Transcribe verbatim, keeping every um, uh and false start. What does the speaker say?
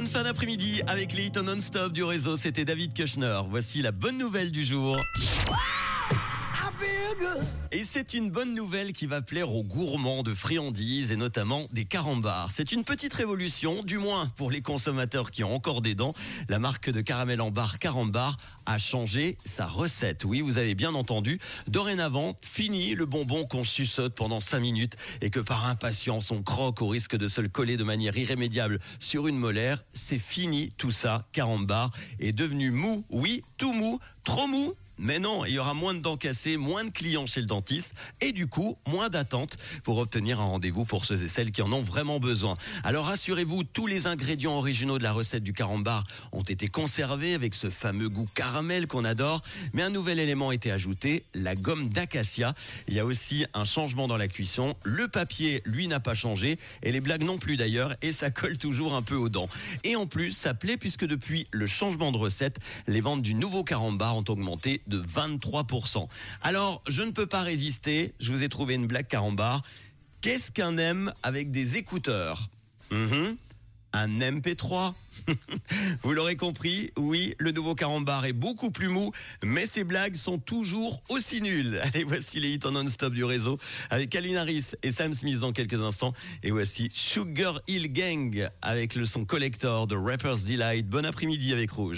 fin d'après-midi avec les hits en non-stop du réseau, c'était David Kushner. Voici la bonne nouvelle du jour. Et c'est une bonne nouvelle qui va plaire aux gourmands de friandises et notamment des carambars. C'est une petite révolution, du moins pour les consommateurs qui ont encore des dents. La marque de caramel en barre Carambar a changé sa recette. Oui, vous avez bien entendu. Dorénavant, fini le bonbon qu'on suçote pendant cinq minutes et que par impatience on croque au risque de se le coller de manière irrémédiable sur une molaire. C'est fini tout ça. Carambar est devenu mou. Oui, tout mou, trop mou. Mais non, il y aura moins de dents cassées, moins de clients chez le dentiste et du coup, moins d'attente pour obtenir un rendez-vous pour ceux et celles qui en ont vraiment besoin. Alors rassurez-vous, tous les ingrédients originaux de la recette du carambar ont été conservés avec ce fameux goût caramel qu'on adore. Mais un nouvel élément a été ajouté, la gomme d'acacia. Il y a aussi un changement dans la cuisson. Le papier, lui, n'a pas changé et les blagues non plus d'ailleurs et ça colle toujours un peu aux dents. Et en plus, ça plaît puisque depuis le changement de recette, les ventes du nouveau carambar ont augmenté de vingt-trois pour cent. Alors, je ne peux pas résister, je vous ai trouvé une blague carambar. Qu'est-ce qu'un M avec des écouteurs ? mmh, Un M P trois. Vous l'aurez compris, oui, le nouveau carambar est beaucoup plus mou, mais ses blagues sont toujours aussi nulles. Allez, voici les hits en non-stop du réseau avec Calvin Harris et Sam Smith dans quelques instants. Et voici Sugar Hill Gang avec le son collector de Rapper's Delight. Bon après-midi avec Rouge.